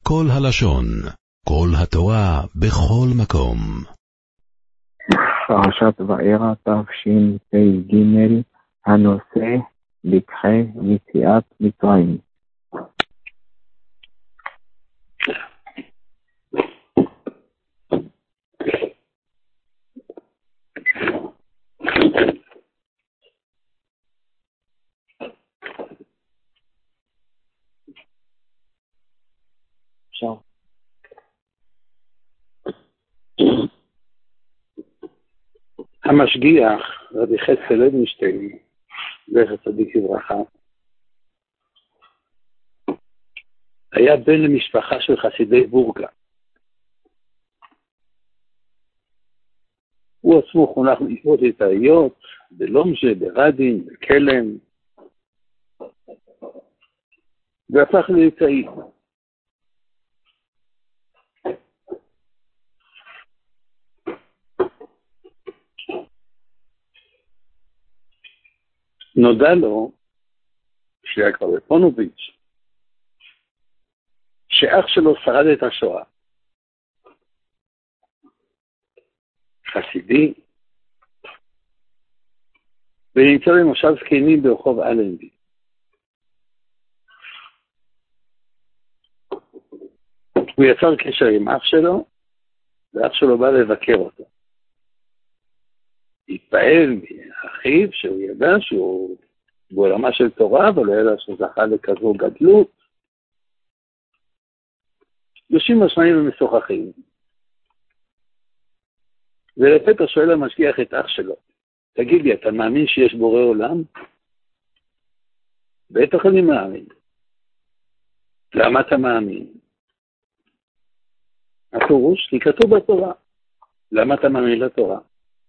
כל הלשון, כל התורה, בכל מקום. פרשת וארא תשפ"ג, הנושא לקחי יציאת מצרים. המשגיח, רבי חסקאל אדלשטיין, זכר צדיק לברכה, היה בן למשפחה של חסידי בורגה. הוא עצמו חונך בישיבות ליטאיות, בלומז'ה, ברדין, בקלם, והפך לליטאי. נודע לו, שהיה כבר בפונוביץ', שאח שלו שרד את השואה. חסידי, ונמצא במושב זקנים ברחוב אלנבי. הוא יצר קשר עם אח שלו, ואח שלו בא לבקר אותו. התפעל מאחיו שהוא ידע שהוא בעולמה של תורה, אבל לא ידע שזכה לכזו גדלות. יושבים השניים ומשוחחים. ולפתע שואל המשגיח את אח שלו, תגיד לי, אתה מאמין שיש בורא עולם? בטח אני מאמין. למה אתה מאמין? הפירוש, כי כתוב בתורה. למה אתה מאמין לתורה?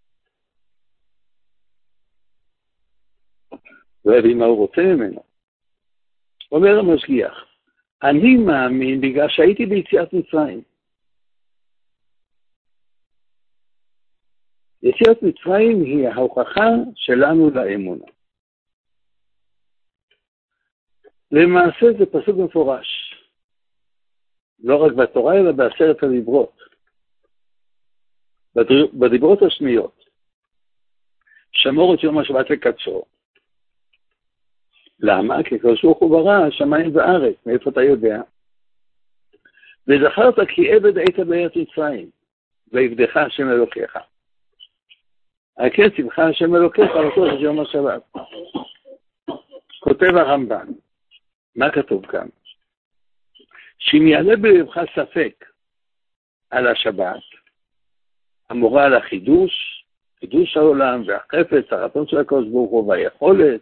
והבין מה הוא רוצה ממנו. אומר המשגיח, אני מאמין בגלל שהייתי ביציאת מצרים. יציאת מצרים היא ההוכחה שלנו לאמונה. למעשה זה פסוק מפורש. לא רק בתורה אלא בעשרת הדיברות. בדיברות השניות. שמור את יום השבת לקדשו. למה? כי הקדוש ברוך הוא ברא שמיים וארץ. מאיפה אתה יודע? וזכרת כי עבד היית בארץ מצרים, ועבדך השם אלוקיך. הכן צמך השם אלוקיך אותו של יום השבת. כותב הרמב"ן, מה כתוב כאן? שאם יעלה בלבך ספק על השבת, המורה על החידוש, חידוש העולם והחפץ, הרצון של הקדוש ברוך הוא והיכולת,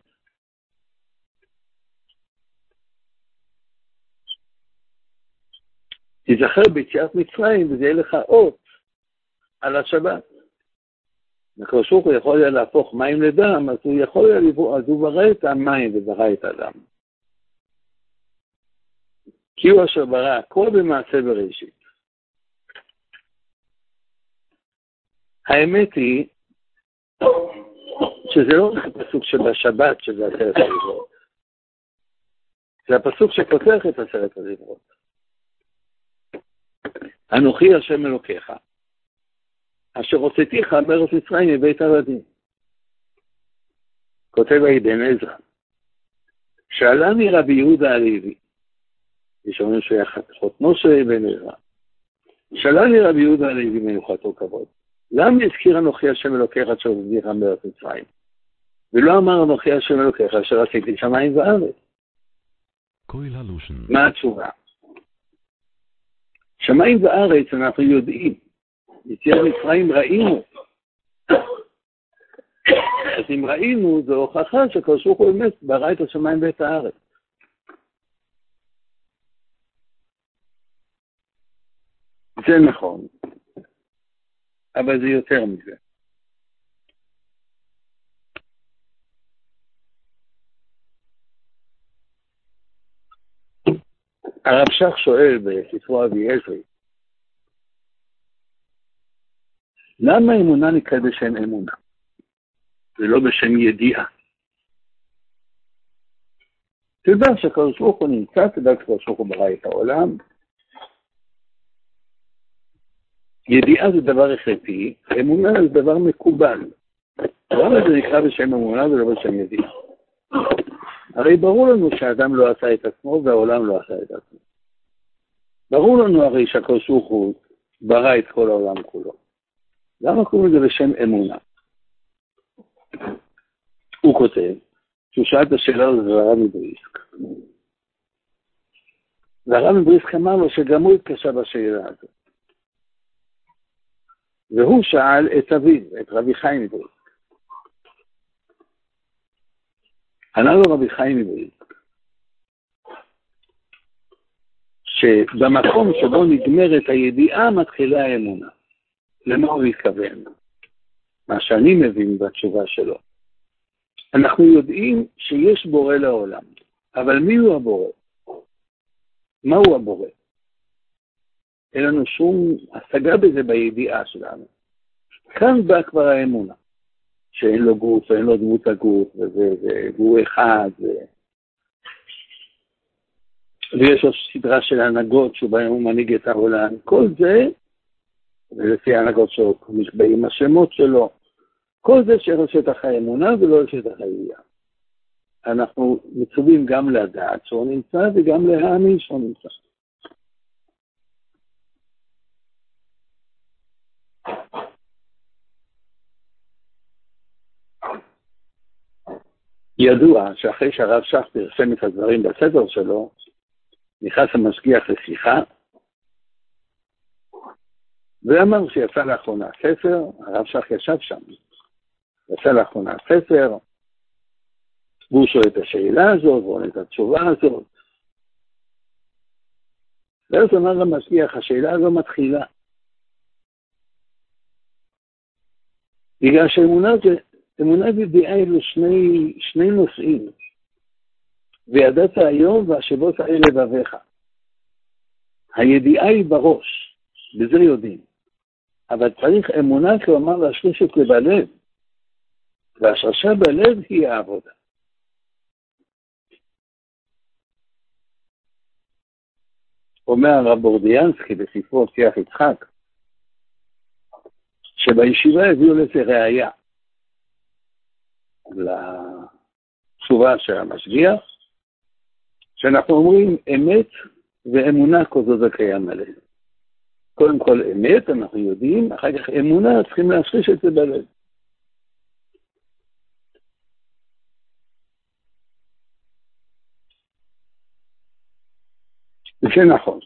תזכר ביציאת מצרים וזה יהיה לך אות על השבת. הקדוש ברוך הוא יכול היה להפוך מים לדם, אז הוא ברא את המים וברא את הדם. כי הוא אשר ברא הכל במעשה בראשית. האמת היא שזה לא רק הפסוק שבשבת שזה עשרת הדיברות. זה הפסוק שפותח את עשרת הדיברות. אנוכי השם אלוקיך, אשר הוצאתיך בארץ מצרים מבית עבדים. כותב עדן עזרא, שאלני רבי יהודה הלוי, יש אומרים שהוא היה חותנו של בן עזרא, שאלני רבי יהודה הלוי מנוחתו כבוד, למה הזכיר אנוכי השם אלוקיך אשר הוצאתיך בארץ מצרים? ולא אמר אנוכי השם אלוקיך אשר עשיתי שמיים וארץ. מה התשובה? שמיים וארץ אנחנו יודעים, יציאת מצרים ראינו. אז אם ראינו, זו הוכחה שהקדוש ברוך הוא באמת ברא את השמיים ואת הארץ. זה נכון, אבל זה יותר מזה. הרב שך שואל בספרו אביעזרי, למה אמונה נקראת בשם אמונה, ולא בשם ידיעה? תדע שהקדוש ברוך הוא נמצא, תדע שהקדוש ברוך הוא ברא את העולם, ידיעה זה דבר הכרחי, אמונה זה דבר מקובל. למה זה נקרא בשם אמונה ולא בשם ידיעה? הרי ברור לנו שהאדם לא עשה את עצמו והעולם לא עשה את עצמו. ברור לנו הרי שהקדוש ברוך הוא ברא את כל העולם כולו. למה קוראים לזה בשם אמונה? הוא כותב, שהוא שאל את השאלה הזאת לרב מבריסק. והרב מבריסק אמר לו שגם הוא התקשה בשאלה הזאת. והוא שאל את אביו, את רבי חיים מבריסק. ענה לו רבי חיים מבריסק, שבמקום שבו נגמרת הידיעה מתחילה האמונה. למה הוא התכוון? מה שאני מבין בתשובה שלו. אנחנו יודעים שיש בורא לעולם, אבל מי הוא הבורא? מהו הבורא? אין לנו שום השגה בזה בידיעה שלנו. כאן בא כבר האמונה, שאין לו גוף, ואין לו דמות הגוף, והוא אחד, ויש לו סדרה של הנהגות שבהם הוא מנהיג את העולם. כל זה, ולפי ההנהגות שלו, נקבעים השמות שלו, כל זה שטח האמונה ולא שטח הידיעה. אנחנו מצווים גם לדעת שהוא נמצא וגם להאמין שהוא נמצא. ידוע שאחרי שהרב שך פרסם את הדברים בספר שלו, נכנס המשגיח לשיחה, ואמר שיצא לאחרונה ספר, הרב שך ישב שם, יצא לאחרונה ספר, והוא שואל את השאלה הזאת, ועונה את התשובה הזאת. ואז אמר למשגיח, השאלה הזו מתחילה. בגלל שאמונה וידיעה אלו שני נושאים. וידעת היום והשבות האלה לבביך. הידיעה היא בראש, בזה יודעים. אבל צריך אמונה, כלומר, להשריש את זה בלב. והשרשה בלב היא העבודה. אומר הרב בורדיאנסקי בספרו שיח יצחק, שבישיבה הביאו לזה ראייה לתשובה של המשגיח, שאנחנו אומרים אמת ואמונה כזו זה קיים עלינו. קודם כל אמת, אנחנו יודעים, אחר כך אמונה, צריכים להשריש את זה בלב. זה נכון.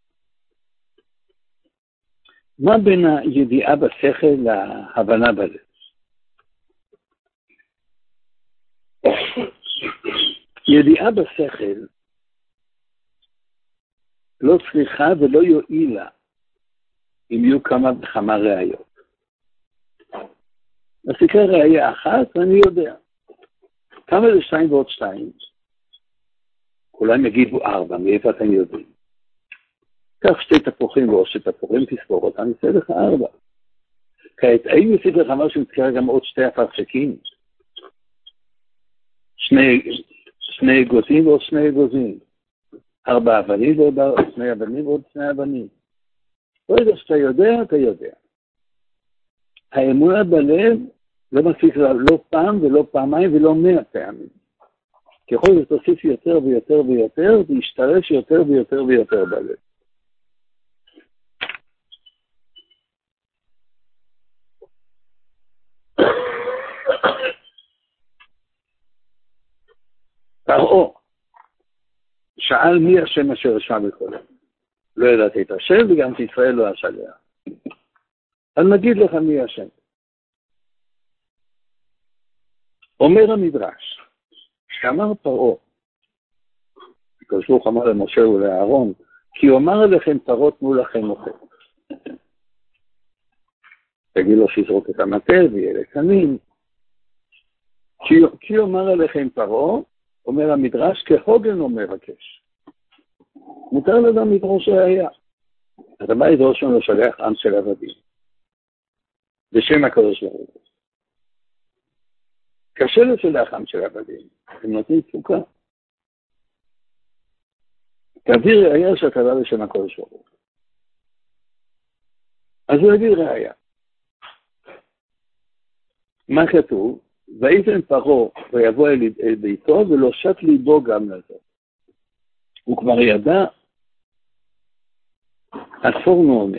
מה בין הידיעה בשכל להבנה בלב? ידיעה בשכל לא צריכה ולא יועילה אם יהיו כמה וכמה ראיות. אז תקרא ראייה אחת ואני יודע. כמה זה 2 ועוד 2? כולם יגידו 4, מאיפה אתם יודעים? קח 2 תפוחים ועוד 2 תפוחים, תספור אותם, יצא לך 4. כעת, האם יוסיף לך משהו תקרא גם עוד 2 אפרסקים? 2 אגוזים ועוד 2 אגוזים. 4 אבנים ועוד 2 אבנים ועוד 2 אבנים. לא יודע שאתה יודע, אתה יודע. האמונה בלב לא מספיק לא פעם ולא פעמיים ולא 100 פעמים. ככל שתוסיף יותר ויותר ויותר, וישתרש יותר ויותר ויותר בלב. פרעה שאל מי השם אשר ישב בקולם. לא ידעתי את השם וגם את ישראל לא אשליה. אז נגיד לך מי השם. אומר המדרש, שאמר פרעה, הקדוש ברוך הוא אמר למשה ולאהרון, כי אומר עליכם פרעה תנו לכם אוכל. תגיד לו שיזרוק את המטה ויהיה לקנים. כי אומר עליכם פרעה, אומר המדרש, כהוגן הוא מבקש. מותר לאדם לדרוש ראייה. אתה בא לדרוש לנו לשלח עם של עבדים. בשם הקדוש ברוך הוא. קשה לשלח עם של עבדים. הם נותנים תפוקה. תביא ראייה שאתה בא בשם הקדוש ברוך הוא. אז הוא הביא ראיה. מה כתוב? ויתן פרעה ויבוא אל ביתו ולא שט ליבו גם לזאת. הוא כבר ידע, הספורנו אומר,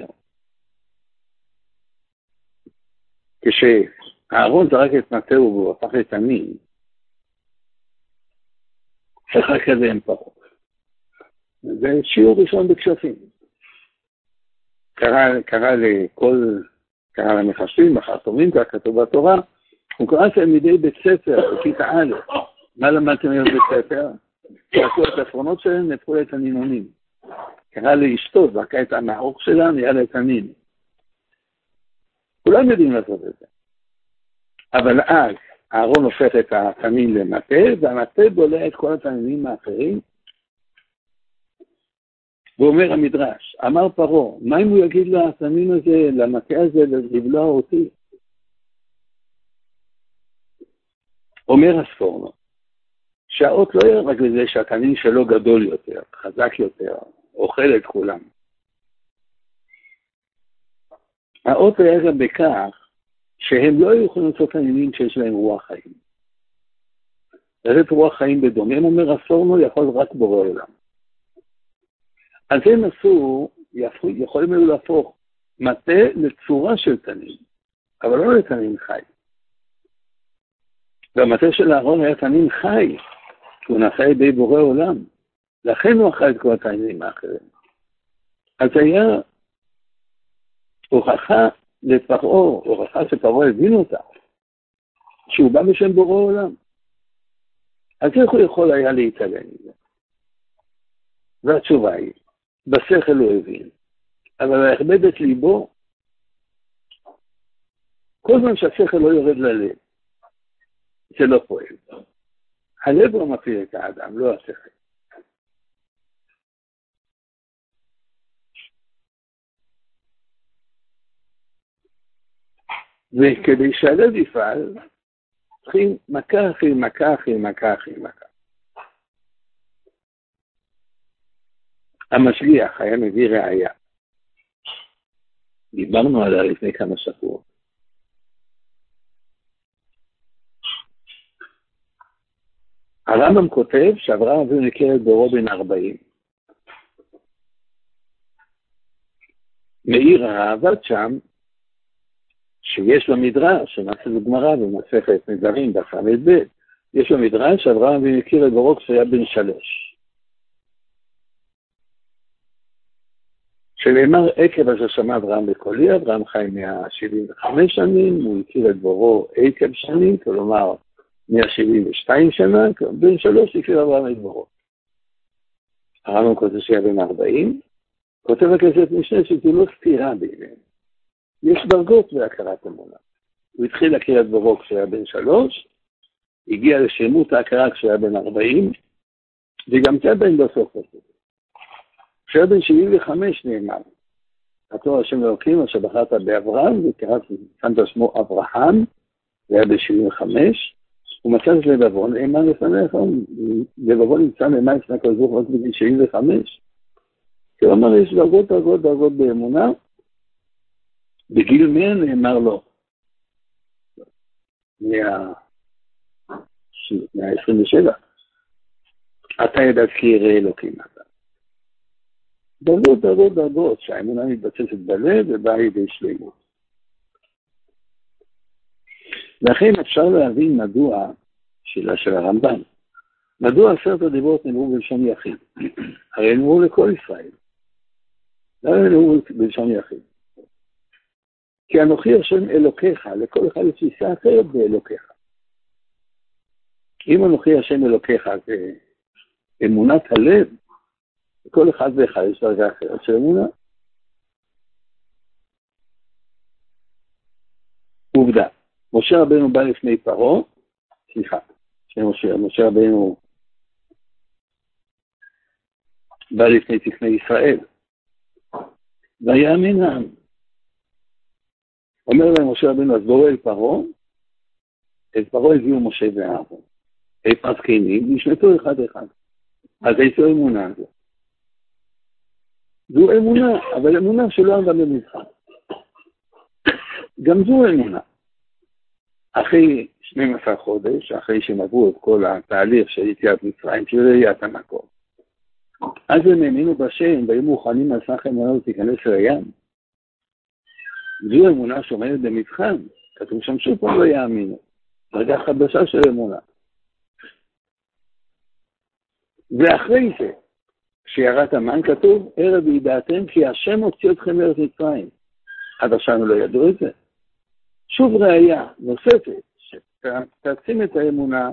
כשאהרון זרק את מטהו והוא הפך לתנין, שחק כזה עם פרעה. זה שיעור ראשון בכשפים. קרא למחשבים, החרטומים, ככתוב בתורה, הוא קרא תלמידי בית ספר, בכיתה א', מה למדתם היום בית ספר? קראו את העפרונות שלהם, נפחו את הנינונים. קרא לאשתו, זרקה את המערוך שלה, נהיה לה את הנין. כולם יודעים לעשות את זה. אבל אז, אהרון הופך את התנין למטה, והמטה בולע את כל התנינים האחרים, ואומר המדרש, אמר פרעה, מה אם הוא יגיד לתנין הזה, למטה הזה, לבלוע אותי? אומר הספורנו, שהאות לא יהיה רק לזה שהתנין שלו גדול יותר, חזק יותר, אוכל את כולם. האות היה גם בכך שהם לא יכולים לעשות תנינים שיש להם רוח חיים. לתת רוח חיים בדומם, אומר הספורנו, יכול רק בורא עולם. אז הם עשו, יכולים היו להפוך מטה לצורה של תנין, אבל לא לתנין חי. והמטה של אהרון היה תנין חי, כי הוא נעשה ידי בורא עולם. לכן הוא אכל את כל התנינים האחרים. אז היה הוכחה לפרעה, הוכחה שפרעה הבין אותה, שהוא בא בשם בורא עולם. אז איך הוא יכול היה להתעלם מזה? והתשובה היא, בשכל הוא הבין, אבל להכבד את ליבו, כל זמן שהשכל לא יורד ללב, זה לא פועל. הלב לא מפיל את האדם, לא השכל. וכדי שהלב יפעל, צריכים מכה אחרי מכה אחרי מכה אחרי מכה. המשגיח היה מביא ראיה. דיברנו עליה לפני כמה שבועות. הרמב"ם כותב שאברהם אבינו הכיר את דורו בן 40. מאיר העבד שם, שיש לו מדרש, שנעשה בגמרא במסכת נדרים דף ל"ב, יש לו מדרש שאברהם אבינו הכיר את דורו כשהיה בן 3. שנאמר עקב אשר שמע אברהם בקולי, אברהם חי 175 שנים, הוא הכיר את דורו עקב שנים, כלומר 172 שנה, בן 3 הכיר אברהם את דורו. הרמב"ם כותב שהיה בן 40, כותב הכסף משנה שזו לא סתירה ביניהם. יש דרגות בהכרת אמונה. הוא התחיל להכיר את דורו כשהיה בן 3, הגיע לשלמות ההכרה כשהיה בן 40, וגם זה בן בסוף הזה. כשהיה בן 75 נאמר, התורה השם אלוקים אשר בחרת באברהם, ושמת שמו אברהם, והיה בן 75, הוא מצא את לב אברהם, נאמר לפניך, לב אברהם נמצא נאמר לפני הכל זוך רק בגיל 75. כלומר, יש דרגות באמונה, בגיל 100 נאמר לו, 127, אתה ידעת כי יראה אלוקים אתה. דרגות, שהאמונה מתבצעת בלב ובאה לידי שלמות. לכן אפשר להבין מדוע, שאלה של הרמב"ן, מדוע 10 הדיברות נאמרו בלשון יחיד? הרי נאמרו לכל ישראל. למה נאמרו בלשון יחיד? כי אנוכי השם אלוקיך, לכל אחד יש תפיסה אחרת באלוקיך. אם אנוכי השם אלוקיך זה אמונת הלב, כל אחד ואחד יש דרגה אחרת של אמונה. עובדה, משה רבנו בא לפני פרעה, משה רבנו בא לפני תקני ישראל, ויאמין העם. אומר להם משה רבנו, אז בואו אל פרעה, אל פרעה הביאו משה ואהרון. איפה הזקנים, נשמתו אחד אחד. אז איזו אמונה הזו? זו אמונה, אבל אמונה שלא עמדה במבחן. גם זו אמונה. אחרי 12 חודש, אחרי שהם עברו את כל התהליך של יציאת מצרים, של ראיית המקום, אז הם האמינו בשם, והיו מוכנים על סמך אמונה להיכנס לים. זו אמונה שעומדת במבחן, כתוב שם שוב פעם לא יאמינו. דרגה חדשה של אמונה. ואחרי זה, כשירד המן, כתוב, ערב וידעתם כי השם הוציא אתכם מארץ מצרים. עד עכשיו לא ידעו את זה. שוב ראיה נוספת, שתעצים את האמונה,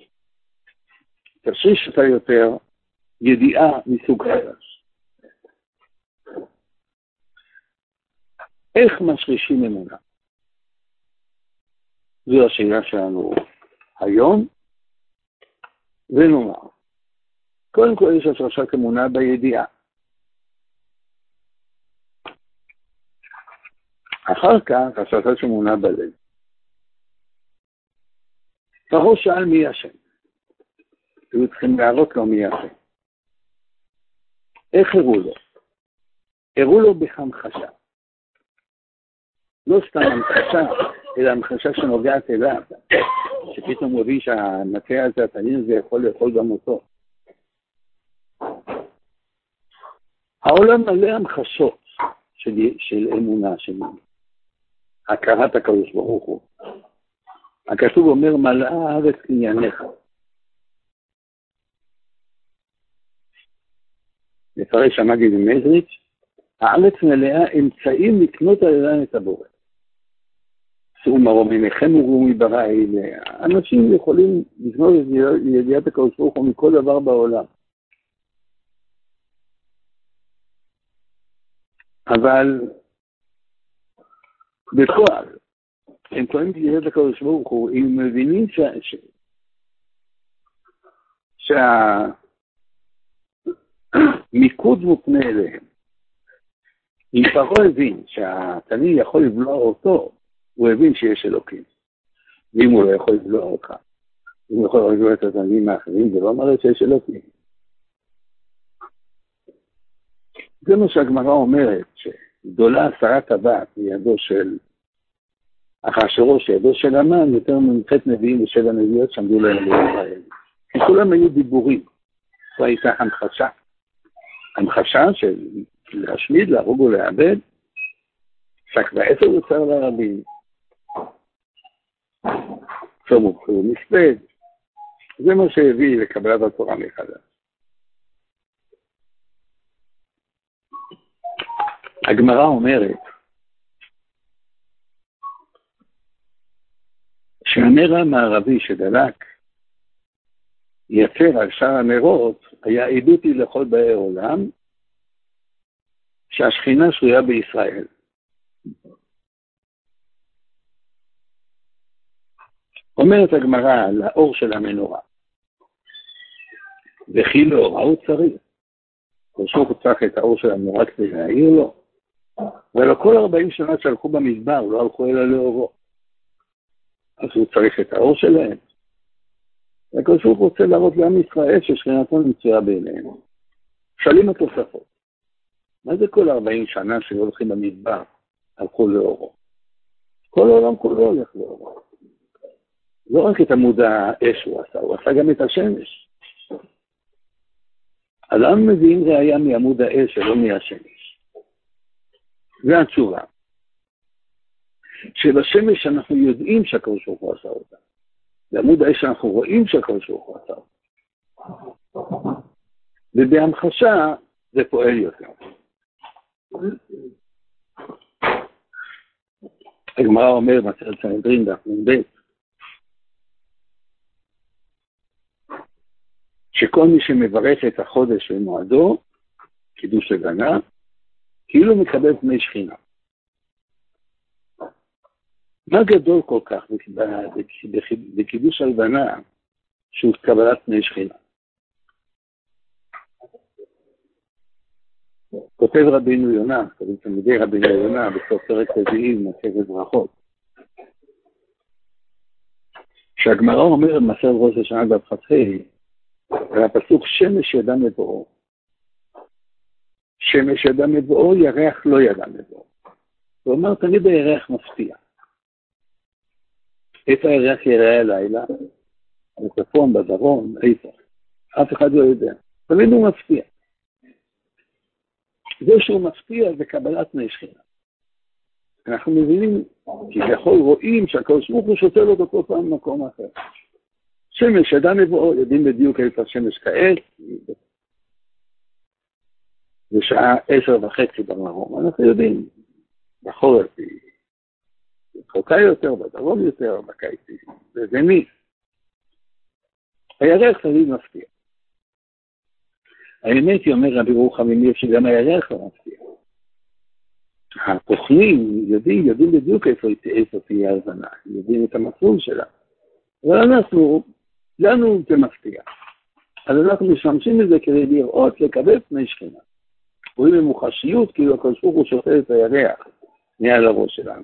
תשריש אותה יותר, ידיעה מסוג חדש. איך משרישים אמונה? זו השאלה שלנו היום, ונאמר, קודם כל יש השרשת אמונה בידיעה. אחר כך השרשת אמונה בלב. פרעה שאל מי השם. היו צריכים להראות לו מי השם. איך הראו לו? הראו לו בהמחשה. לא סתם המחשה, אלא המחשה שנוגעת אליו. שפתאום הוא הביא שהמטה הזה, התנין הזה יכול לאכול גם אותו. העולם מלא המחשות של אמונה, של הכרת הקדוש ברוך הוא. הכתוב אומר, מלאה הארץ קנייניך. לפרש המגיד מזריץ', הארץ מלאה אמצעים לקנות על אליהם את הבורא. שאו מרומניכם ורומי ברא אלה. אנשים יכולים לקנות את ידיעת הקדוש ברוך הוא מכל דבר בעולם. אבל בפועל, הם קוראים את ידיעת הקדוש ברוך הוא, הם מבינים שהמיקוד מופנה אליהם. אם פרעה הבין שהתנין יכול לבלוע אותו, הוא הבין שיש אלוקים. ואם הוא לא יכול לבלוע אותך, אם הוא יכול לבלוע את התנינים האחרים, זה לא מראה שיש אלוקים. זה מה שהגמרא אומרת, שגדולה הסרת טבעת מידו של אחשוורוש, ידו של המן, יותר ממחת נביאים ושל הנביאות שעמדו להם לישראל. כי כולם היו דיבורים. זו הייתה המחשה. המחשה של להשמיד, להרוג ולאבד, שק בעשר יוצר לרבים. צום ובחור מספד. זה מה שהביא לקבלת התורה מחדש. הגמרא אומרת שהנר המערבי שדלק יצר על שאר הנרות היה עדות לכל באי עולם שהשכינה שרויה בישראל. אומרת הגמרא לאור של המנורה, וכי לאורה הוא צריך. קושוק הוא צריך את האור של המנורה כדי להעיר לו. ולא כל 40 שנה שהלכו במדבר, לא הלכו אלא לאורו. אז הוא צריך את האור שלהם. וקושוק רוצה להראות לעם ישראל ששכינתו נמצאה בינינו. שואלים התוספות. מה זה כל 40 שנה שהולכים במדבר, הלכו לאורו? כל העולם כולו הולך לאורו. לא רק את עמוד האש הוא עשה גם את השמש. אז למה מביאים ראיה מעמוד האש ולא מהשמש? זה התשובה. שבשמש אנחנו יודעים שהקדוש ברוך הוא עשה אותה. בעמוד האש אנחנו רואים שהקדוש ברוך הוא עשה אותה. ובהמחשה זה פועל יותר. הגמרא אומר מסכת סנהדרין דף נ"ב שכל מי שמברך את החודש במועדו, קידוש הגנה, כאילו מקבל פני שכינה. מה גדול כל כך בקידוש הגנה שהוא קבלת פני שכינה? כותב רבינו יונה, כותב תלמידי רבינו יונה, בסוף פרק רביעי במסכת ברכות. שהגמרא אומר במסכת ראש השנה דף כ"ה, והפסוק שמש ידע מבואו. שמש ידע מבואו, ירח לא ידע מבואו. הוא אומר, תמיד הירח מפתיע. איפה הירח יראה הלילה? בצפון, בדרום, איפה? אף אחד לא יודע. תמיד הוא מפתיע. זה שהוא מפתיע זה קבלת פני שכינה. אנחנו מבינים, כביכול רואים שהקדוש ברוך הוא שותל אותו כל פעם במקום אחר. שמש, אדם מבואו, יודעים בדיוק איפה השמש כעת, בשעה 10:30 במרום. אנחנו יודעים, בחורף היא רחוקה יותר, בדרום יותר, בקיץ זה ניס. הירח תמיד מפתיע. האמת היא, אומר רבי רוחם, שגם הירח לא מפתיע. התוכנים יודעים בדיוק איפה תהיה ההזנה, יודעים את המסלול שלה. אבל לנו זה מפתיע. אז אנחנו משתמשים בזה כדי לראות, לקבל פני שכינה. רואים במוחשיות, כאילו הקדוש ברוך הוא שופט את הירח מעל הראש שלנו.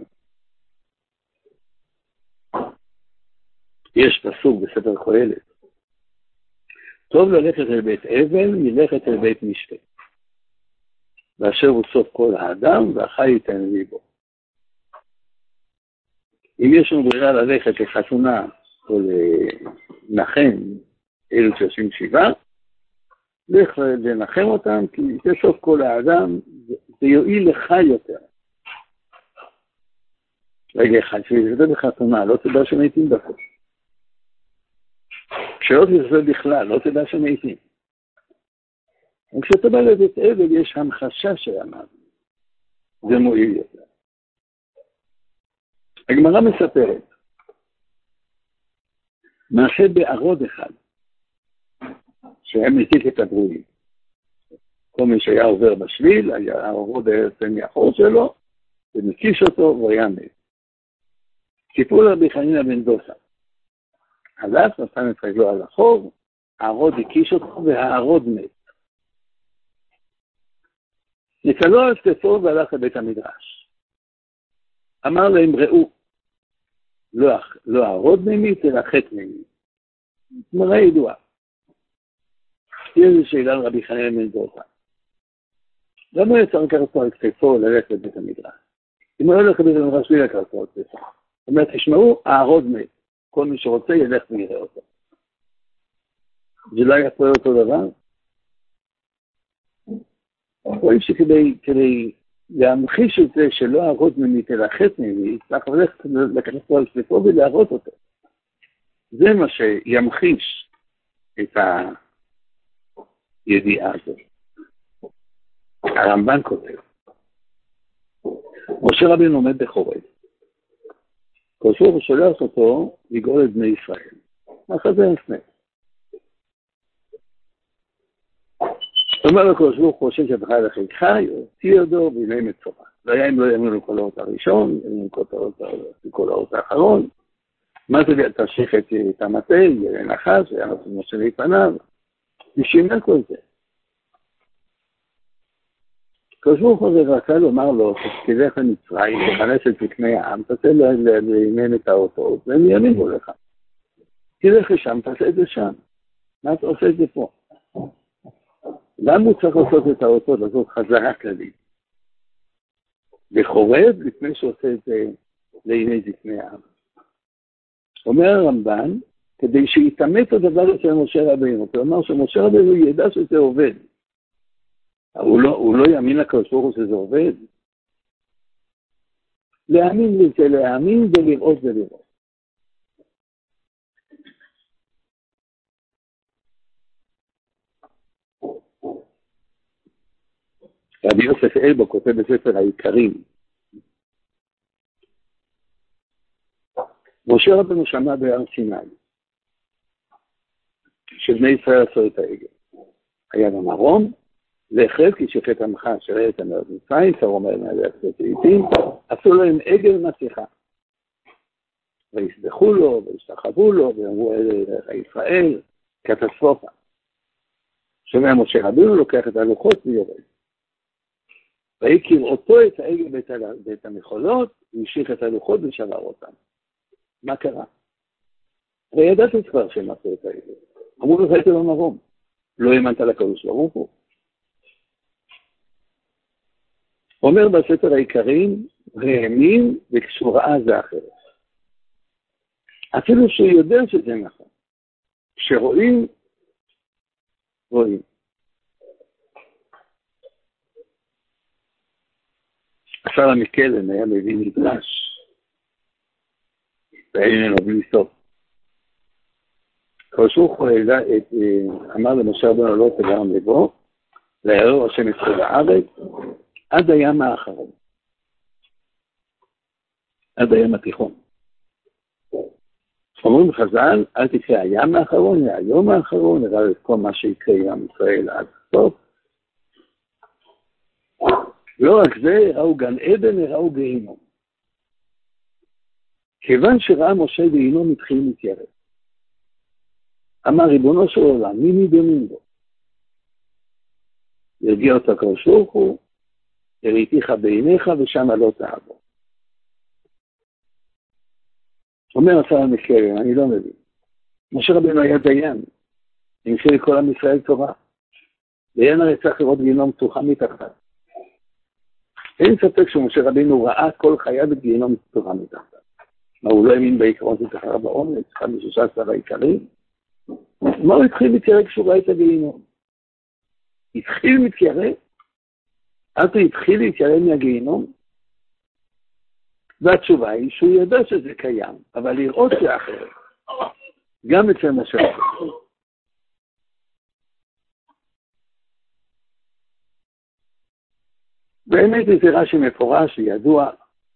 יש פסוק בספר קהלת. טוב ללכת אל בית אבל, מלכת אל בית משפט. ואשר הוא סוף כל האדם, והחי ייתן ליבו. אם יש לנו ברירה ללכת לחתונה, או לנחם אלו שיושבים שבעה, לך לנחם אותם, כי זה סוף כל האדם, זה יועיל לך יותר. רגע אחד, שזה בחתונה, לא תדע שמתים דקות. כשלא תדע בכלל, לא תדע שמתים. וכשאתה בא לבית אבל, יש המחשה של המוות. זה מועיל יותר. הגמרא מספרת, מעשה בערוד אחד, שהם מטיף את הברואים. כל מי שהיה עובר בשביל, הערוד היה יוצא מהחור שלו, ומקיש אותו, והוא היה מת. סיפור לרבי חנינא בן דוסא. הלך, נתן את רגלו על החור, הערוד הקיש אותו, והערוד מת. נקלו על כתפו והלך לבית המדרש. אמר להם, ראו, לא הערוד ממית, אלא חטא ממית. מראה ידועה. תהיה זו שאלה על רבי חנינא בן דוסא. למה הוא יצא לקחת פה על כתפו ללכת לבית המדרש? אם הוא לא הולך לבית המדרש, בלי לקחת פה על כתפו. זאת אומרת, תשמעו, הערוד מת. כל מי שרוצה ילך ויראה אותו. זה לא היה פה אותו דבר? רואים שכדי להמחיש את זה שלא הערוד ממית אלא חטא ממית, צריך ללכת לקחת פה על כתפו ולהראות אותו. זה מה שימחיש את הידיעה הזאת. הרמב"ן כותב, משה רבינו עומד בחורב. הקדוש ברוך הוא שולח אותו לגאול את בני ישראל. אחרי זה נסנה. אומר לקדוש ברוך הוא חושב שבחי לחיך, יוציא אותו וימי מצורע. לא היה אם לא יאמרו כל האות הראשון, יאמרו כל האות האחרון. מה זה תשיך את המטה, יראה נחש, היה נושא משה לפניו. ושינה כל זה. הקדוש ברוך הוא רצה לומר לו, שתלך למצרים, תכנס את זקני העם, תעשה לימם את האותות, והם יאמינו לך. תלך לשם, תעשה את זה שם. מה אתה עושה את זה פה? למה הוא צריך לעשות את האותות, לעשות חזרה כללית? וחורב לפני שעושה את זה לימי זקני העם. אומר הרמב"ן, כדי שיתאמת הדבר של משה רבינו, כלומר שמשה רבינו ידע שזה עובד. הוא לא יאמין לקדוש ברוך הוא שזה עובד. להאמין זה להאמין ולראות זה לראות. רבי יוסף אלבו כותב בספר העיקרים, משה רבינו שמע בהר סיני, שבני ישראל עשו את העגל. היה במרום, והחרב כי שפט עמך שראה את המרד מצרים, שר אומר מעלה עשת העיתים, עשו להם עגל מסכה. ויסבחו לו, וישתחוו לו, ואמרו אלה ישראל, קטסטרופה. שומע משה רבינו לוקח את הלוחות ויורד. והכיר אותו את העגל ואת המחולות, והמשיך את הלוחות ושבר אותם. מה קרה? וידעתי כבר שהם עשו את העגל. אמרו לך את זה במרום. לא האמנת לקדוש ברוך הוא. אומר בספר העיקרים, והאמין וכשהוא ראה זה אחרת. אפילו שהוא יודע שזה נכון. כשרואים, רואים. השר המקלן היה מביא מדרש, ואין לו בלי סוף. כשהוא אמר למשה רבנו לא תגר מבוא, להראות השם את כל הארץ, עד הים האחרון. עד הים התיכון. אומרים חז"ל, אל תקרא הים האחרון, זה היום האחרון, נראה את כל מה שיקרה עם ישראל עד סוף. לא רק זה, ראו גן עדן, ראו גיהינום. כיוון שראה משה גיהינום התחיל להתיירא. אמר ריבונו של עולם, מי נידונים בו? ירגיע אותה הקדוש ברוך הוא, יראיתיך בעיניך ושם לא תעבור. אומר השר המקלן, אני לא מבין. משה רבנו היה דיין, המשיך לכל עם ישראל תורה. דיין הרי צריך לראות גיהינום פתוחה מתחת. אין ספק שמשה רבנו ראה כל חייו את גיהינום פתוחה מתחת. מה, הוא לא האמין בעיקרון של תחרה באומץ, אחד מ16 העיקרים? מה הוא התחיל להתיירא כשהוא ראה את הגיהינום? התחיל להתיירא? אז הוא התחיל להתיירא מהגיהינום? והתשובה היא שהוא ידע שזה קיים, אבל לראות זה אחרת. גם אצל משה רבנו. באמת זה רש"י מפורש וידוע.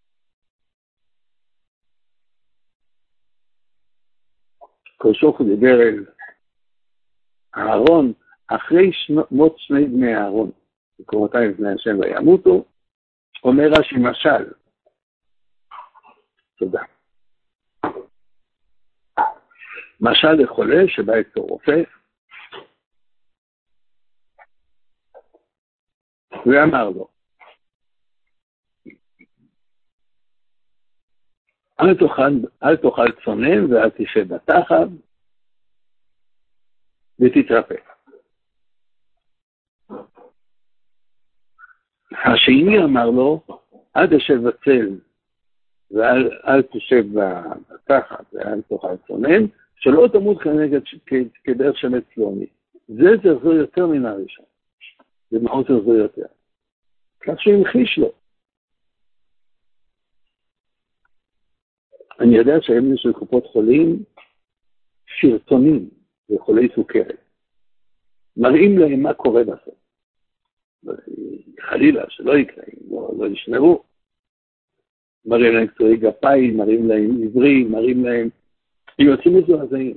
הקדוש ברוך הוא דיבר אל אהרון אחרי מות שני בני אהרון, וקורותיי בני השם וימותו, אומר רש"י משל. תודה. משל לחולה שבא אצלו רופא, ואמר לו, אל תאכל צונן ואל תשב בתחת ותתרפא. השני אמר לו, אל תשב בצל ואל תשב בתחת ואל תאכל צונן, שלא תמות כדרך שמת פלוני. זה זרזו יותר מן הראשון. זה מאוד זרזו יותר. כך שהמחיש לו. אני יודע שהיום יש לקופות חולים שרטונים לחולי סוכרת. מראים להם מה קורה בסוף. חלילה, שלא יקרה, לא ישמרו. מראים להם קטועי גפיים, מראים להם עברים, מראים להם... הם יוצאים מזועזעים.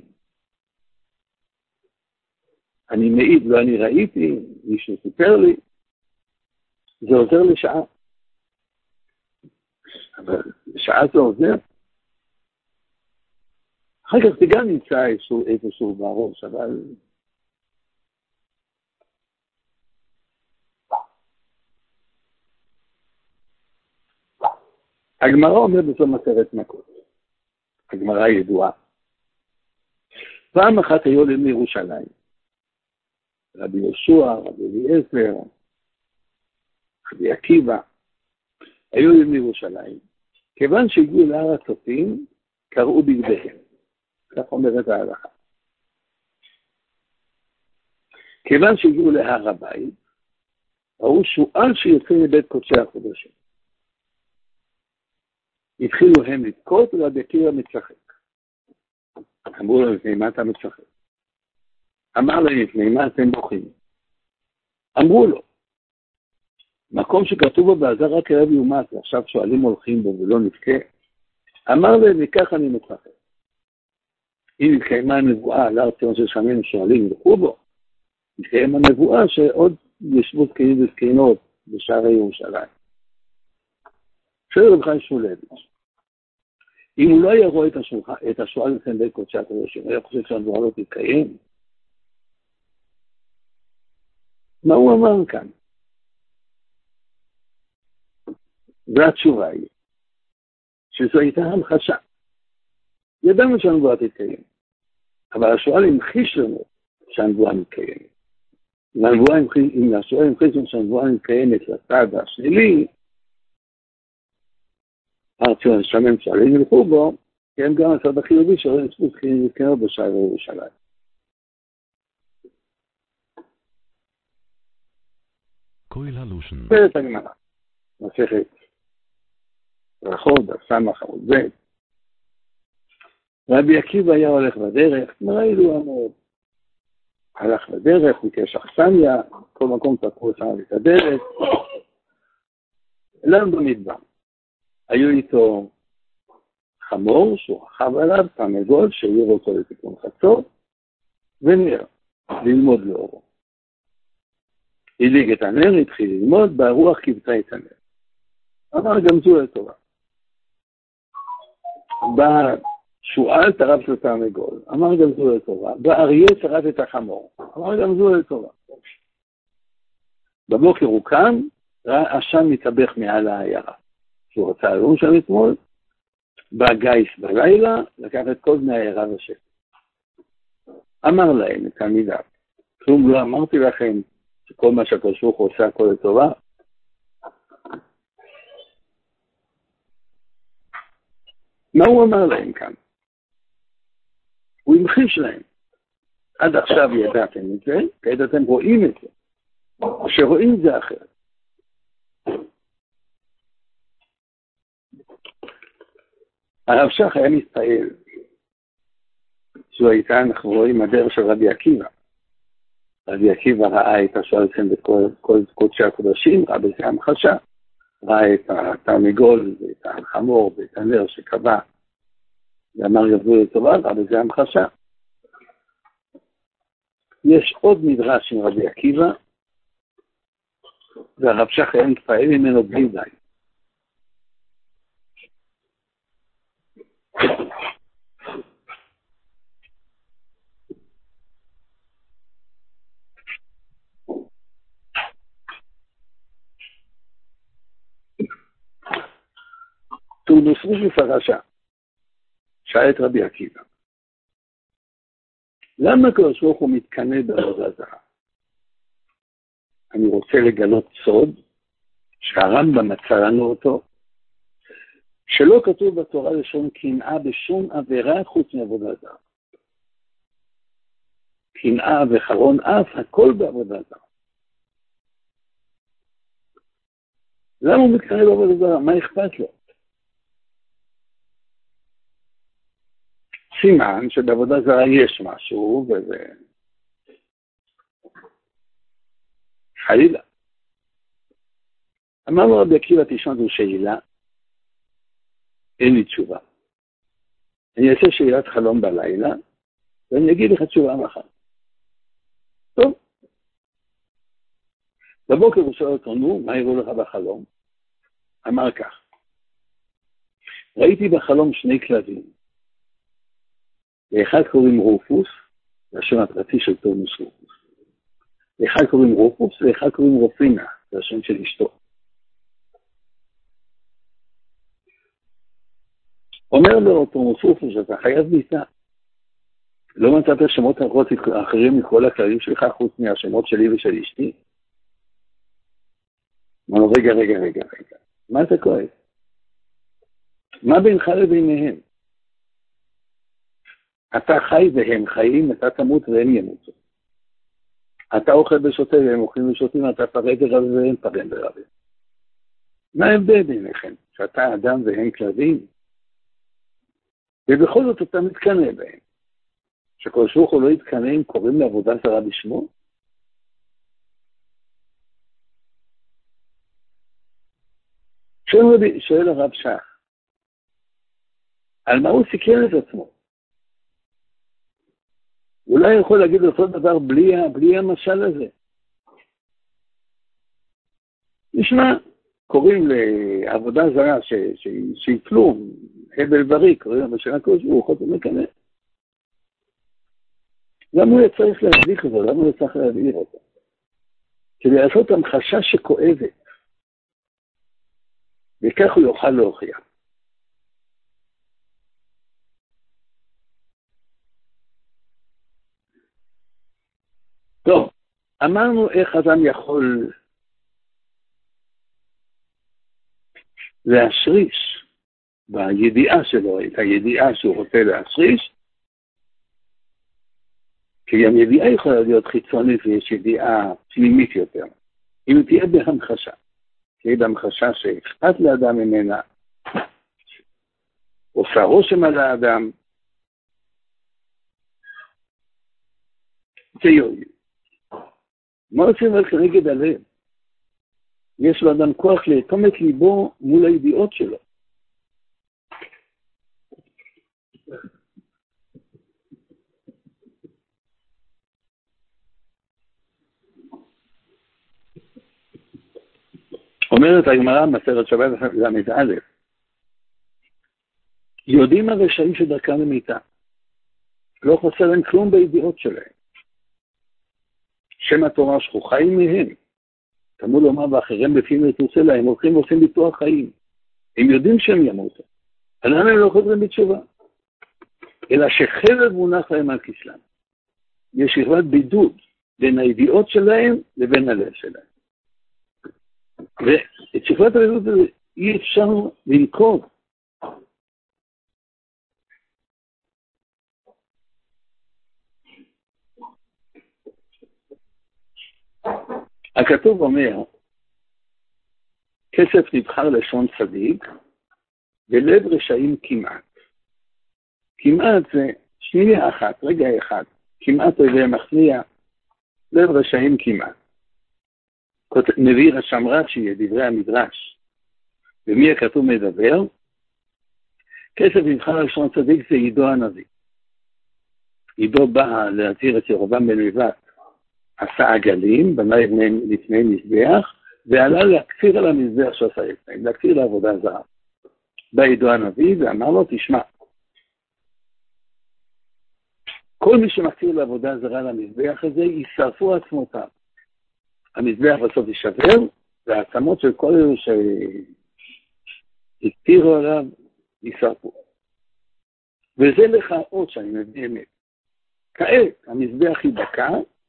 אני מעיד, לא אני ראיתי, מישהו סיפר לי. זה עוזר לשעה. אבל לשעה זה עוזר. אחר כך זה גם נמצא איזשהו בראש, אבל... הגמרא אומר בסוף מסכת מכות. הגמרא ידועה. פעם אחת היו עולים לירושלים. רבי יהושע, רבי אליעזר, רבי עקיבא, היו עולים לירושלים. כיוון שהגיעו להר הצופים, קראו בגדיהם. כך אומרת ההלכה. כיוון שהגיעו להר הבית, ראו שועל שיוצא מבית קודשי הקודשים. התחילו הם לתקות ורבי עקיבא מצחק. אמרו לו, לפני מה אתה מצחק? אמר להם, לפני מה אתם בוכים? אמרו לו, מקום שכתוב בו בעזר רק הרב יומת, ועכשיו שואלים הולכים בו ולא נבכה, אמר להם, וכך אני מצחק. אם התקיימה הנבואה, להר ציון של שמיים שואלים, ילכו בו, התקיימה הנבואה שעוד ישבו זקנים וזקנות בשערי ירושלים. שואל רב חיים שמואלביץ', אם הוא לא היה רואה את השואל לפני בית קודשי הקודשים, הוא היה חושב שהנבואה לא תתקיים. מה הוא אמר כאן? והתשובה היא, שזו הייתה המחשה. ידענו שהנבואה תתקיים, אבל השואל המחיש לנו שהנבואה מתקיימת. אם השואל המחיש לנו שהנבואה מתקיימת לצד השלילי, הר ציון שמיים שואלים ילכו בו, כן, גם הצד החיובי שרואה זכות כן בשער ירושלים. כהל הלושן. פרק הגמרא, מסכת ברכות, סמך עמוד ב'. רבי עקיבא היה הולך בדרך, ראינו המאוד. הלך בדרך, הוא ביקש אכסניה, כל מקום פתחו שם את הדרך. אליו במדבר. היו איתו חמור שהוא רכב עליו, תרנגול שהעיר אותו לתיקון חצות, ונר, ללמוד לאורו. הדליק את הנר, התחיל ללמוד, והרוח כיבתה את הנר. אמר גם זו לטובה. בשועל טרף של תרנגול, אמר גם זו לטובה. באריה שרף את החמור, אמר גם זו לטובה. בבוקר הוא קם, ראה עשן מתאבך מעל העיירה. שהוא רצה ללום שם אתמול, בא גיס בלילה, לקח את כל בני העיירה ושקט. אמר להם, לתלמידיו, כלום לא אמרתי לכם שכל מה שהקדוש ברוך הוא עושה הכל לטובה? מה הוא אמר להם כאן? הוא המחיש להם. עד עכשיו ידעתם את זה, כעת אתם רואים את זה. שרואים זה אחרת. הרב שך היה מתפעל. זו הייתה, אנחנו רואים הדרך של רבי עקיבא. רבי עקיבא ראה את השואל אצלם בכל קודשי הקודשים, ראה בזה המחשה. ראה את התרנגול ואת החמור ואת הנר שקבע. ואמר יבוא לטובה, ראה בזה המחשה. יש עוד מדרש עם רבי עקיבא, והרב שך היה מתפעל ממנו בלי די. תורדוסרוס בפרשה, שאל את רבי עקיבא, למה הקדוש ברוך הוא מתקנא בעבודה זרה? אני רוצה לגלות סוד, שהרמב"ם מצא לנו אותו, שלא כתוב בתורה לשון קנאה בשום עבירה חוץ מעבודה זרה. קנאה וחרון אף, הכל בעבודה זרה. למה הוא מתקנא בעבודה זרה? מה אכפת לו? סימן שבעבודה זרה יש משהו, וזה חלילה. אמר לו רבי עקיבא, תשמע זו שאלה, אין לי תשובה. אני אעשה שאלת חלום בלילה, ואני אגיד לך תשובה מחר. טוב. בבוקר הוא שואל אותו, נו, מה יראו לך בחלום? אמר כך, ראיתי בחלום שני כלבים. לאחד קוראים רופוס, זה השם הפרטי של תורמוס רופוס. לאחד קוראים רופוס, לאחד קוראים רופינה, זה השם של אשתו. אומר לו תורמוס רופוס, אתה חייב ביתה. לא מצאת שמות אחרים מכל הכללים שלך, חוץ מהשמות שלי ושל אשתי. אמר לו, רגע. מה אתה כועס? מה בינך לביניהם? אתה חי והם חיים, אתה תמות והם ימותו. אתה אוכל ושותה והם אוכלים ושותים, אתה פרד ורב והם פרד ורב. מה ההבדל ביניכם? שאתה אדם והם כלבים? ובכל זאת אתה מתקנא בהם. שכל ברוך הוא לא יתקנא אם קוראים לעבודה זרה בשמו? שואל הרב שך, על מה הוא סיכן את עצמו? אולי יכול להגיד אותו דבר בלי המשל הזה. נשמע, קוראים לעבודה זרה שהיא כלום, הבל בריא, קוראים לה בשנה כלשהו, חוץ ומקנה. למה הוא צריך להדליך אותו? למה הוא צריך להדליך אותו? כדי לעשות המחשה שכואבת, וכך הוא יוכל להוכיח. טוב, אמרנו איך אדם יכול להשריש בידיעה שלו, את הידיעה שהוא רוצה להשריש, כי גם ידיעה יכולה להיות חיצונית ויש ידיעה פנימית יותר. אם תהיה בהמחשה, תהיה בהמחשה שאכפת לאדם ממנה, עושה רושם על האדם, זה יועיל. מה עושים על כנגד הלב? יש לאדם כוח לאטום את ליבו מול הידיעות שלו. אומרת הגמרא מסכת שבת ל"א, יודעים הרשעים שדרכם למיתה, לא חסר להם כלום בידיעות שלהם. שם התורה שכוחה היא מהם. תמוד לומר ואחריהם לפי מרצה לה, הם הולכים ועושים ביטוח חיים. הם יודעים שהם ימותו. למה הם לא חוזרים בתשובה? אלא שחרב מונח להם על כסלם. יש שכבת בידוד בין הידיעות שלהם לבין הלב שלהם. ואת שכבת הבידוד הזה אי אפשר לנקוב. הכתוב אומר, כסף נבחר לשון צדיק, ולב רשעים כמעט. כמעט זה שנייה אחת, רגע אחד, כמעט אויבי מכניע, לב רשעים כמעט. מביא רש"ם רש"י את דברי המדרש, ומי הכתוב מדבר? כסף נבחר לשון צדיק זה עידו הנביא. עידו בא להזהיר את ירבעם בן נבט, עשה עגלים, בנה לפני מזבח, ועלה להקציר על המזבח שעשה לפני, להקציר לעבודה זרה. בא עידו הנביא ואמר לו, תשמע, כל מי שמקציר לעבודה זרה למזבח הזה, יישרפו עצמותיו. המזבח בסוף יישבר, והעצמות של כל אלה שהקצירו עליו, יישרפו. וזה לך עוד שאני מביא אמת. כעת, המזבח ייבקע,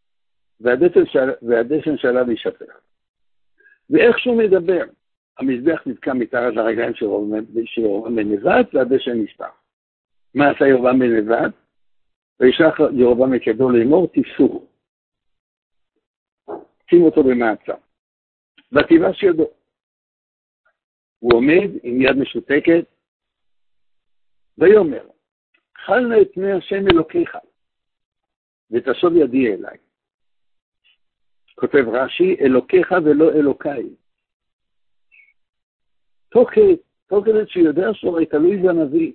והדשן שעליו יישפך. ואיך שהוא מדבר, המזבח נתקע מתחת לרגליים של ירבעם בן נבט, והדשן נשפך. מה עשה ירבעם בן נבט? וישלח ירבעם את ידו לאמור, תפסוהו. שים אותו במעצר. ותיבש ידו. הוא עומד עם יד משותקת, ויאמר, חל נא את פני השם אלוקיך, ותשוב ידי אליי. כותב רש"י, אלוקיך ולא אלוקיי. תוך כדי שיודע שהוא תלוי בנביא.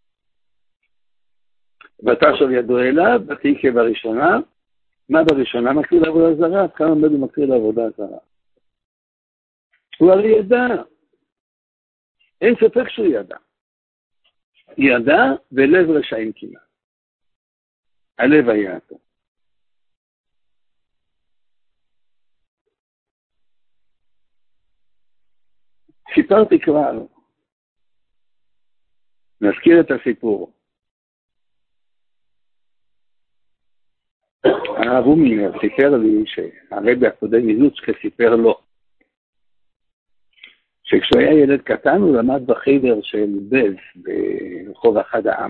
ותשוב ידו אליו, ותהי בראשונה. מה בראשונה? מקריא לעבודה זרה, כמה עומד הוא מקריא לעבודה זרה. הוא הרי ידע. אין ספק שהוא ידע. ידע ולב רשעים כמעט. הלב היה אותו. סיפרתי כבר, נזכיר את הסיפור. הרב אומינר סיפר לי שהרבי הקודם מלוצקה סיפר לו, שכשהוא היה ילד קטן הוא למד בחדר של בז ברחוב אחד העם.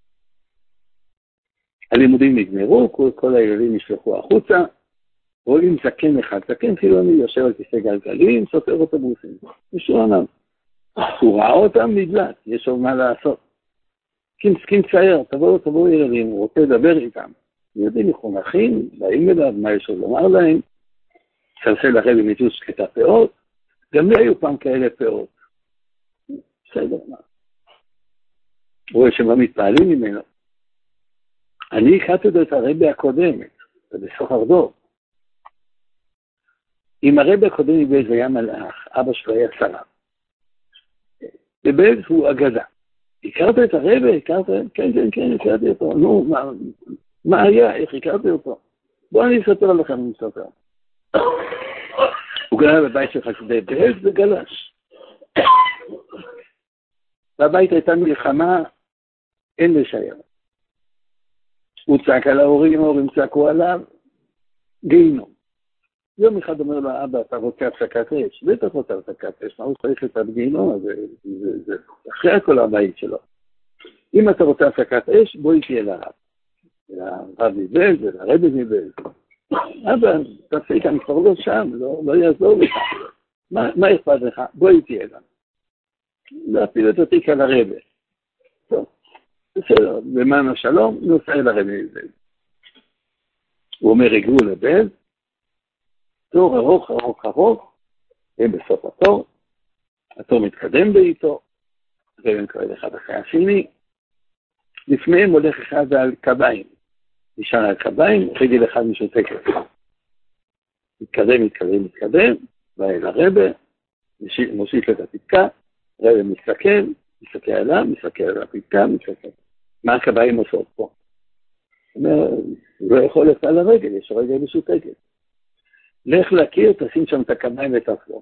הלימודים נגמרו, כל הילדים נשלחו החוצה, רואים זקן אחד, זקן חילוני יושב על כיסא גלגלים, סופר אוטובוסים, משועמם. הוא ראה אותם נדלק, יש עוד מה לעשות. קים צייר, תבואו ילדים, הוא רוצה לדבר איתם. ילדים מחונכים, באים אליו, מה יש עוד לומר להם, צלצל לרבי מלוצקה את הפאות, גם לי היו פעם כאלה פאות. בסדר, מה? רואה שמה מתפעלים ממנו. אני הכרתי את הרבי הקודמת, בסוף הרדור. אם הרבי הקודם מבייז היה מלאך, אבא שלו היה צלם. בבייז הוא אגדה. הכרת את הרבי? כן, הכרתי אותו. נו, מה היה? איך הכרתי אותו? בואו אני אספר לכם, אני אספר. הוא גלה בבית שלך בבייז וגלש. בבית הייתה מלחמה, אין לשער. הוא צעק על ההורים צעקו עליו, גיהינום. יום אחד אומר לו, אבא, אתה רוצה הפסקת אש? בטח רוצה הפסקת אש, מה הוא צריך את הגיהינום הזה? זה אחרי הכל הבית שלו. אם אתה רוצה הפסקת אש, בוא איתי אל הרב. הרב מבלז, ולרבי מבלז. אבל תפסיק, אני כבר לא שם, לא יעזור לך. מה אכפת לך? בוא איתי אליו. להפיל את התיק על הרבי. טוב, בסדר, למען השלום, נוסע אל הרבי מבלז. הוא אומר, הגעו לבלז, תור ארוך, ארוך, ארוך, הם בסוף התור מתקדם באיתו, והם קוראים אחד אחרי השני, לפניהם הולך אחד על קביים, נשאר על קביים, רגל אחד משותקת. מתקדם, ואל הרבה, מושיט את הפתקה, רבי מסתכל עליו, מסתכל על הפתקה, מה הקביים עושות פה? הוא אומר, לא יכול לצאת על הרגל, יש רגל משותקת. לך להכיר, תשים שם את הקביים ותחזור.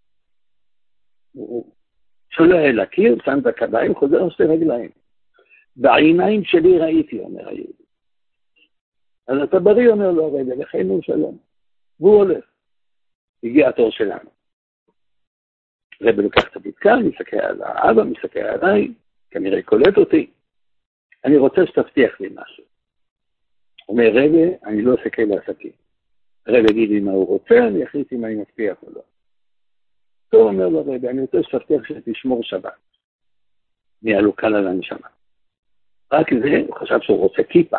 שולח להכיר, שם את הקביים, חוזר שתי רגליים. בעיניים שלי ראיתי, אומר היהודי. אז אתה בריא, אומר לו הרגע, לחיינו שלום. והוא הולך. הגיע התור שלנו. רבי לוקח את הפתקה, מסתכל על האבא, מסתכל עליי, כנראה קולט אותי. אני רוצה שתבטיח לי משהו. אומר רבי, אני לא עושה כאלה עסקים. רבי יגיד לי מה הוא רוצה, אני אחליט אם אני מבטיח או לא. טוב, אומר לו רבי, אני רוצה שתבטיח שתשמור שבת. נהיה לו קל על הנשמה. רק זה, הוא חשב שהוא רוצה כיפה.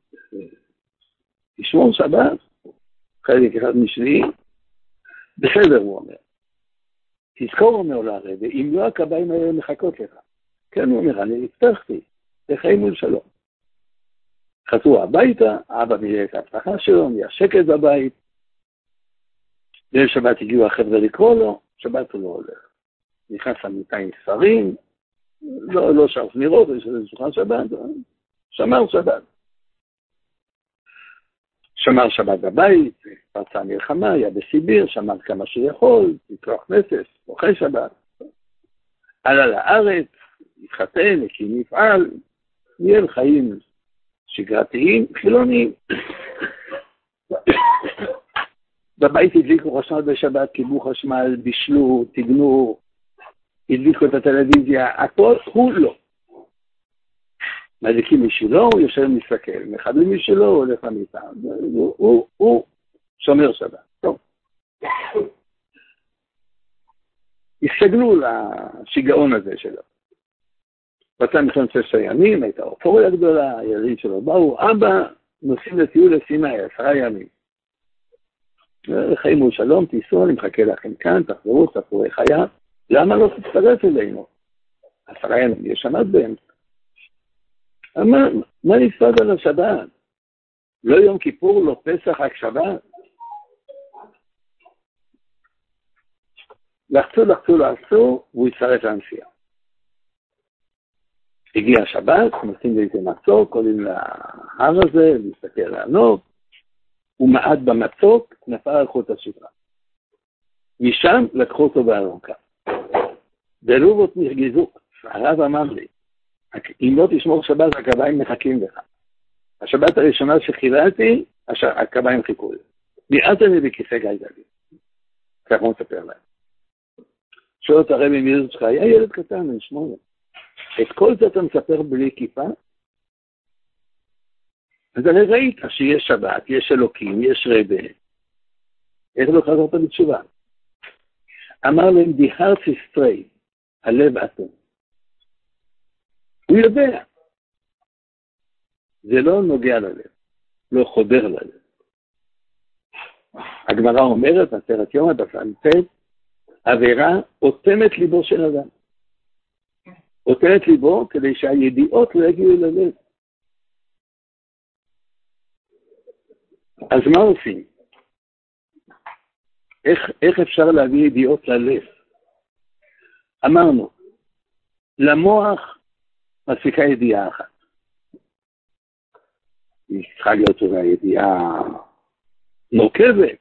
תשמור שבת, חלק אחד משלי, בסדר, הוא אומר. תזכור, אומר לו הרבי, אם לא הקביים האלה מחכות לך. כן, הוא אומר, אני הבטחתי, לחיים מול שלום. חזרו הביתה, אבא מילא את ההבטחה שלו, נהיה שקט בבית. ליל שבת הגיעו החבר'ה לקרוא לו, שבת הוא לא הולך. נכנס למיטה עם ספרים, לא שרף נראות, יש איזה שולחן שבת, שמר שבת. שמר שבת בבית, פרצה מלחמה, היה בסיביר, שמר כמה שיכול, תקרוח נפש, אוכל שבת. עלה לארץ, התחתן, הקים מפעל, ניהל חיים שגרתיים, חילוניים. בבית הדליקו חשמל בשבת, קיבלו חשמל, בישלו, תגנו, הדליקו את הטלוויזיה, הכל הוא לא. מדליקים משלו, הוא יושב ומסתכל, מחברים משלו, הוא הולך למיטה. הוא שומר שבת. טוב. הסתגלו לשיגעון הזה שלו. פצע מלחמת 6 ימים, הייתה אופוריה גדולה, הילדים שלו באו, אבא, נוסעים לטיול לסיני, 10 ימים. חיים מול שלום, תיסעו, אני מחכה לכם כאן, תחזרו, תחזרו חיה. למה לא תצטרף אלינו? 10 ימים, יש שבת באמצע. מה נפסד על השבת? לא יום כיפור, לא פסח, רק שבת. לחצו, והוא יצטרף לנסיעה. הגיע השבת, נוסעים לאיזה מצוק, קולים להר הזה, להסתכל לענות, הוא מעט במצוק, נפל על חוט השדרה. משם לקחו אותו באלונקה. בלובות נרגזו, הרב אמר לי, אם לא תשמור שבת, הקביים מחכים לך. השבת הראשונה שחיללתי, הקביים חיכו לי. ביעט אני בכיסא גלגלים. כך הוא מספר להם. שואל את הרבי מי שלך, היה ילד קטן, בן 8. את כל זה אתה מספר בלי כיפה? אז אני ראית שיש שבת, יש אלוקים, יש רבי. איך לא חזרת בתשובה? אמר להם, דיהר סיסטרי, הלב אטום. הוא יודע. זה לא נוגע ללב, לא חודר ללב. הגמרא אומרת, מסכת יומא דף ע"ט, עבירה אוטמת ליבו של אדם. אוטמת ליבו כדי שהידיעות לא יגיעו ללב. אז מה עושים? איך אפשר להביא ידיעות ללב? אמרנו, למוח מספיקה ידיעה אחת. היא צריכה להיות אולי ידיעה נוקבת.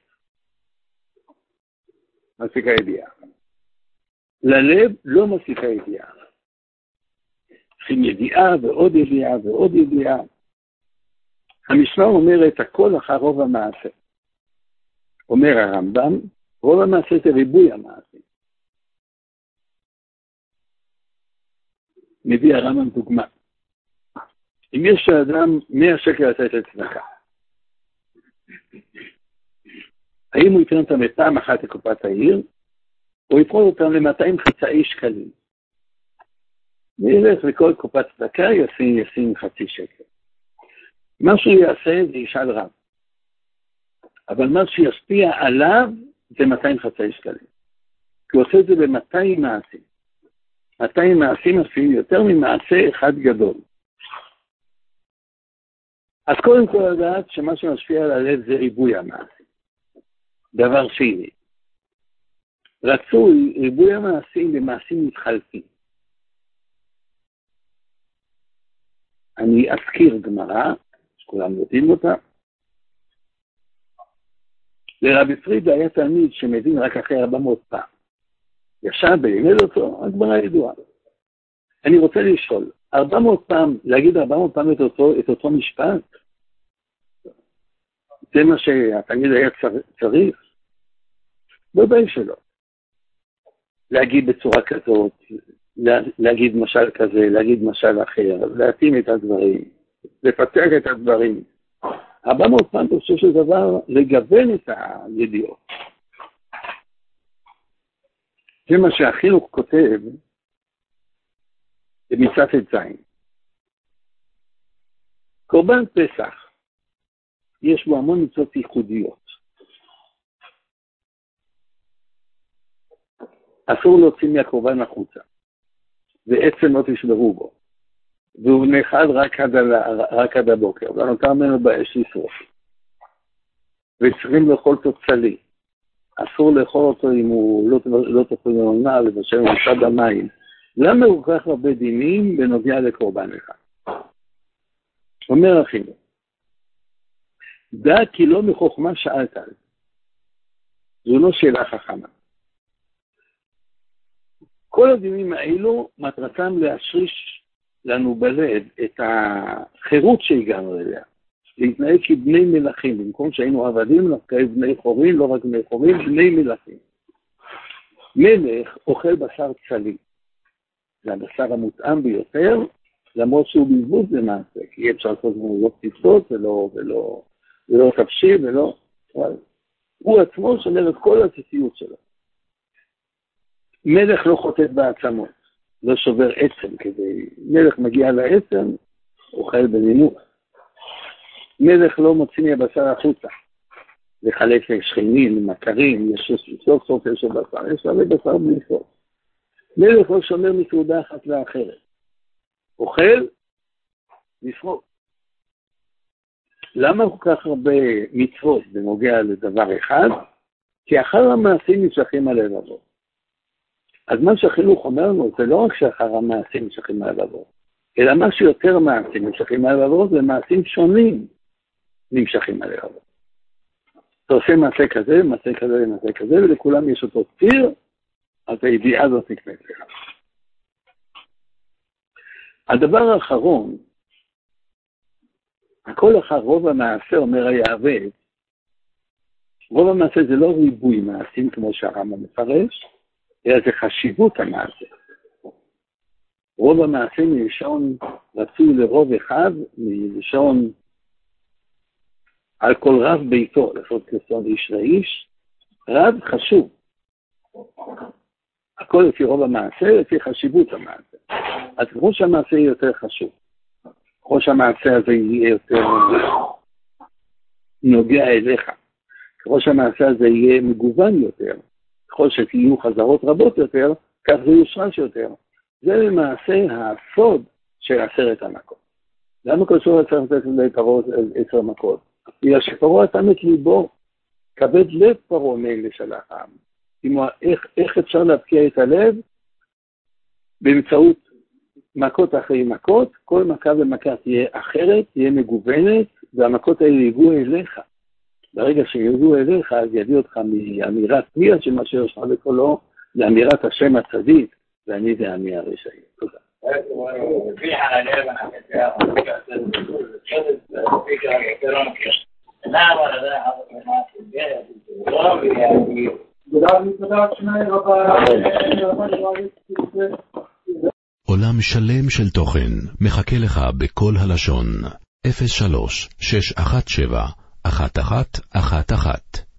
מספיקה ידיעה. ללב לא מספיקה ידיעה. צריכים ידיעה ועוד ידיעה ועוד ידיעה. המשנה אומרת הכל אחר רוב המעשה. אומר הרמב"ם, רוב המעשה זה ריבוי המעשה. מביא הרמב"ם דוגמה. אם יש לאדם 100 שקל לתת לצדקה, האם הוא ייתן אותם פעם אחת לקופת העיר, או יפרוד אותם ל-200 חצאי שקלים? וילך לכל קופת צדקה, ישים חצי שקל. מה שהוא יעשה זה ישאל רב. אבל מה שישפיע עליו זה 200 חצאי שקלים. כי הוא עושה את זה ב-200 מעשים. 200 מעשים אפילו יותר ממעשה אחד גדול. אז קודם כל לדעת שמה שמשפיע על הלב זה ריבוי המעשים. דבר שני, רצוי ריבוי המעשים במעשים מתחלפים. אני אזכיר גמרא, שכולם יודעים אותה. לרבי פרידה היה תלמיד שמבין רק אחרי 400 פעם. ישב ולימד אותו, הגמרא ידועה. אני רוצה לשאול, 400 פעם, להגיד 400 פעם את אותו משפט? זה מה שהתלמיד היה צריך? בוודאי שלא. להגיד בצורה כזאת, להגיד משל כזה, להגיד משל אחר, להתאים את הדברים, לפתח את הדברים. 400 פעם בסופו של דבר לגוון את הידיעות. זה מה שהחינוך כותב במצוות ט"ז. קורבן פסח, יש בו המון מצוות ייחודיות. אסור להוציא מהקורבן החוצה, ועצם לא תשברו בו, והוא נאכל רק עד הבוקר, ונותר ממנו באש לשרוף. וצריכים לאכול אותו צלי. אסור לאכול אותו אם הוא לא תאכל מעונה, לבשל מצד המים. למה הוא כך הרבה דינים בנוגע לקורבן אחד? אומר החינוך, דע כי לא מחוכמה שאלת על זה. זו לא שאלה חכמה. כל הדינים האלו מטרתם להשריש לנו בלב את החירות שהגענו אליה. להתנהג כבני מלכים, במקום שהיינו עבדים, נפקע בני חורים, לא רק בני חורים, בני מלכים. מלך אוכל בשר צלי. זה הבשר המותאם ביותר, למרות שהוא בזבוז למעשה, כי אי אפשר לעשות לא פציצות ולא תבשיל ולא... הוא עצמו שומר את כל הציציות שלו. מלך לא חוטט בעצמות, לא שובר עצם, כדי מלך מגיע לעצם, אוכל בנימוס. מלך לא מוציא מהבשר החוצה, לחלק לשכנים, מכרים, יש סוף סוף יש בשר, יש הרבה בשר בלי סוף. מלך לא שומר מסעודה אחת לאחרת. אוכל, לשרוף. למה כל כך הרבה מצוות בנוגע לדבר אחד? כי אחר המעשים נמשכים על הלבבות. אז מה שהחינוך אומר לנו, זה לא רק שאחר המעשים נמשכים על הלבבות, אלא מה שיותר מעשים נמשכים על הלבבות, זה מעשים שונים נמשכים על הלבבות. אתה עושה מעשה כזה, מעשה כזה, מעשה כזה, ולכולם יש אותו ציר, אז הידיעה הזאת נקנית לך. הדבר האחרון, הכל אחר רוב המעשה, אומר היעבד, רוב המעשה זה לא ריבוי מעשים כמו שהרמב"ם מפרש, אלא זה חשיבות המעשה. רוב המעשה מלשון רצוי לרוב אחד, מלשון על כל רב ביתו, לעשות כסוד איש לאיש, רב חשוב. הכל לפי רוב המעשה, לפי חשיבות המעשה. אז ככל שהמעשה יהיה יותר חשוב, ככל שהמעשה הזה יהיה יותר נוגע אליך, ככל שהמעשה הזה יהיה מגוון יותר, ככל שתהיו חזרות רבות יותר, כך זה יושרש יותר. זה למעשה הסוד של 10 המכות. למה כל שורה צריך לתת לפרעה 10 מכות? בגלל שפרעה אטם את ליבו, כבד לב פרעה מילא שלח העם. איך אפשר להבקיע את הלב? באמצעות מכות אחרי מכות, כל מכה ומכה תהיה אחרת, תהיה מגוונת, והמכות האלה יגעו אליך. ברגע שיגעו אליך, אז יביא אותך מאמירת מי השם אשר שלך בקולו, לאמירת השם הצדיק, ואני זה אני הרשעים. תודה. עולם שלם של תוכן מחכה לך בכל הלשון. 03-617-1111